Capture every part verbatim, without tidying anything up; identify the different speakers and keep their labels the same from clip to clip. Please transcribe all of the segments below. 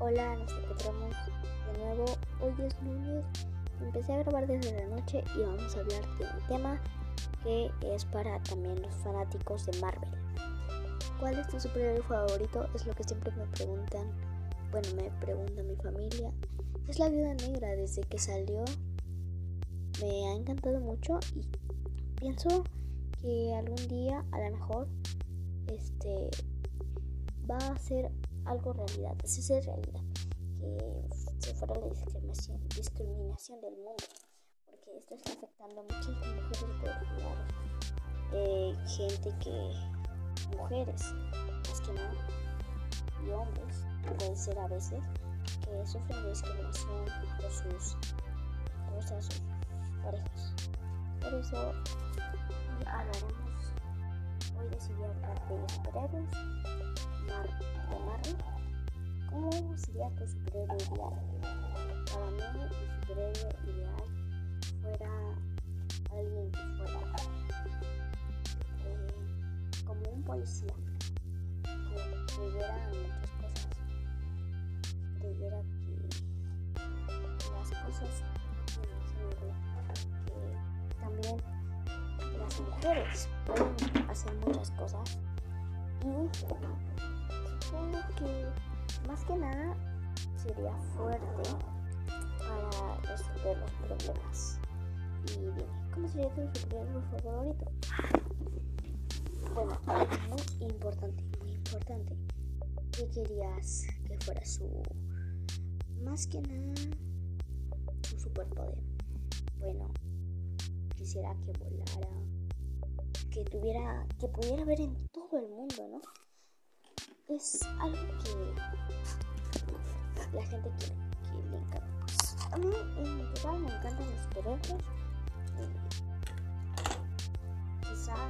Speaker 1: Hola, nos encontramos de nuevo. Hoy es lunes. Empecé a grabar desde la noche y vamos a hablar de un tema que es para también los fanáticos de Marvel. ¿Cuál es tu superhéroe favorito? Es lo que siempre me preguntan. Bueno, me pregunta mi familia. Es la Viuda Negra. Desde que salió me ha encantado mucho y pienso que algún día a lo mejor este va a ser algo realidad, así es realidad, que se fuera la discriminación, discriminación del mundo, porque esto está afectando a muchas mujeres pobladas, eh, gente que, mujeres, más que nada, y hombres, puede ser a veces, que sufren de discriminación por sus cosas, sus parejas. Por eso hoy hablaremos, hoy decidí hablar de superhéroes, Mar- de Marvel. ¿Cómo sería tu superhéroe ideal? Para mí, mi superhéroe ideal fuera alguien que fuera eh, como un policía, que creyera en muchas cosas, que creyera que las cosas no tienen género, que también las mujeres pueden hacer muchas cosas y supongo que más que nada sería fuerte para resolver los problemas. Y dime, ¿cómo sería tu superhéroe favorito? Bueno, algo muy importante, muy importante. ¿Qué querías que fuera su, más que nada, su superpoder? Bueno, quisiera que volara, que tuviera, que pudiera ver en todo el mundo, ¿no? Es algo que la gente quiere, que le encanta. Pues, a mí en total me encantan los superhéroes. Eh, quizás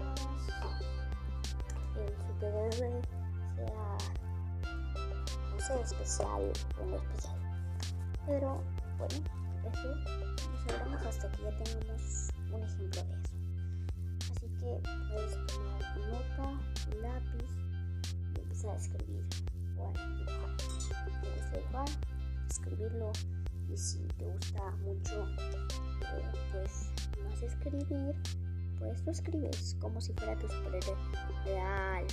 Speaker 1: el superhéroe sea, no sé, especial o no especial. Pero bueno, eso lo sabremos hasta que ya tengamos un ejemplo de eso. Así que puedes tomar nota, un lápiz y empezar a escribir o a dibujar. Te gusta dibujar, escribirlo, y si te gusta mucho eh, pues más escribir, pues lo escribes como si fuera tu superhéroe real.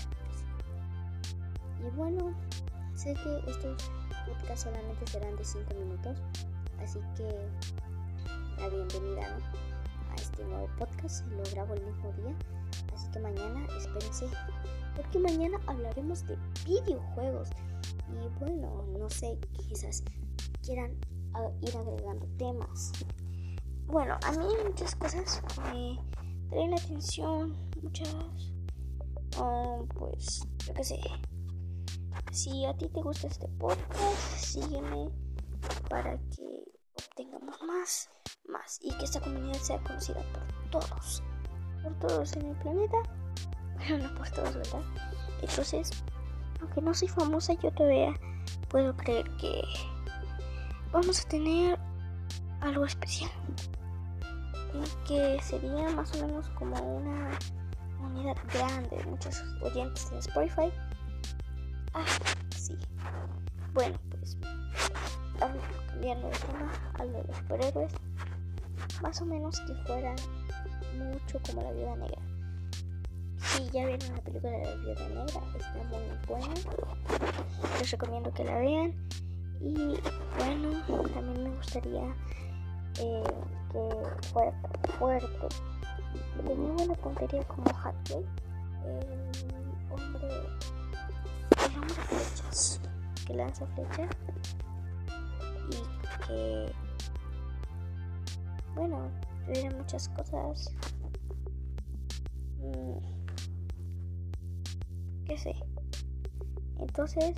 Speaker 1: Y bueno, sé que estos podcasts solamente serán de cinco minutos, así que la bienvenida, ¿no?, a este nuevo podcast. Lo grabo el mismo día, así que mañana espérense, porque mañana hablaremos de videojuegos. Y bueno, no sé, quizás quieran ir agregando temas. Bueno, a mí muchas cosas me traen la atención, muchas, um, pues, yo qué sé. Si a ti te gusta este podcast, sígueme para que obtengamos más, más y que esta comunidad sea conocida por todos, por todos en el planeta. Bueno, no por todos, ¿verdad? Entonces, aunque no soy famosa, yo todavía puedo creer que vamos a tener algo especial y que sería más o menos como una unidad grande, muchos oyentes en Spotify. Ah, sí. Bueno, pues cambiando de tema, algo de los superhéroes, más o menos que fuera mucho como la Viuda Negra. Si ya vieron la película de la Viuda Negra, está muy buena, les recomiendo que la vean. Y bueno, también me gustaría eh, que fuera fuerte, que tenía buena puntería como Hathaway, el hombre, el hombre flechas, que lanza flechas y que, bueno, tuviera muchas cosas, mm, qué sé. Entonces,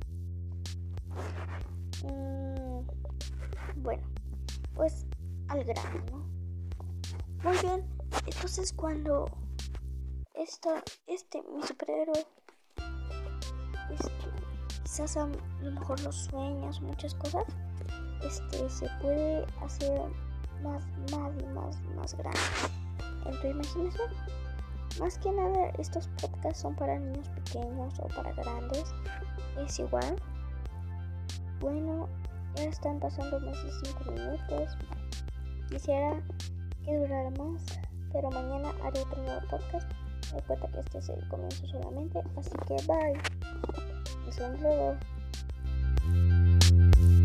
Speaker 1: mmm, bueno, pues al grano, ¿no? Muy bien, entonces cuando esta, este, mi superhéroe, este, quizás a lo mejor los sueños, muchas cosas, este, se puede hacer más, más y más, más grande en tu imaginación. Más que nada, estos podcasts son para niños pequeños o para grandes, es igual. Bueno, ya están pasando más de cinco minutos. Quisiera que durara más, pero mañana haré otro nuevo podcast. Recuerda que este es el comienzo solamente, así que bye. Nos vemos luego.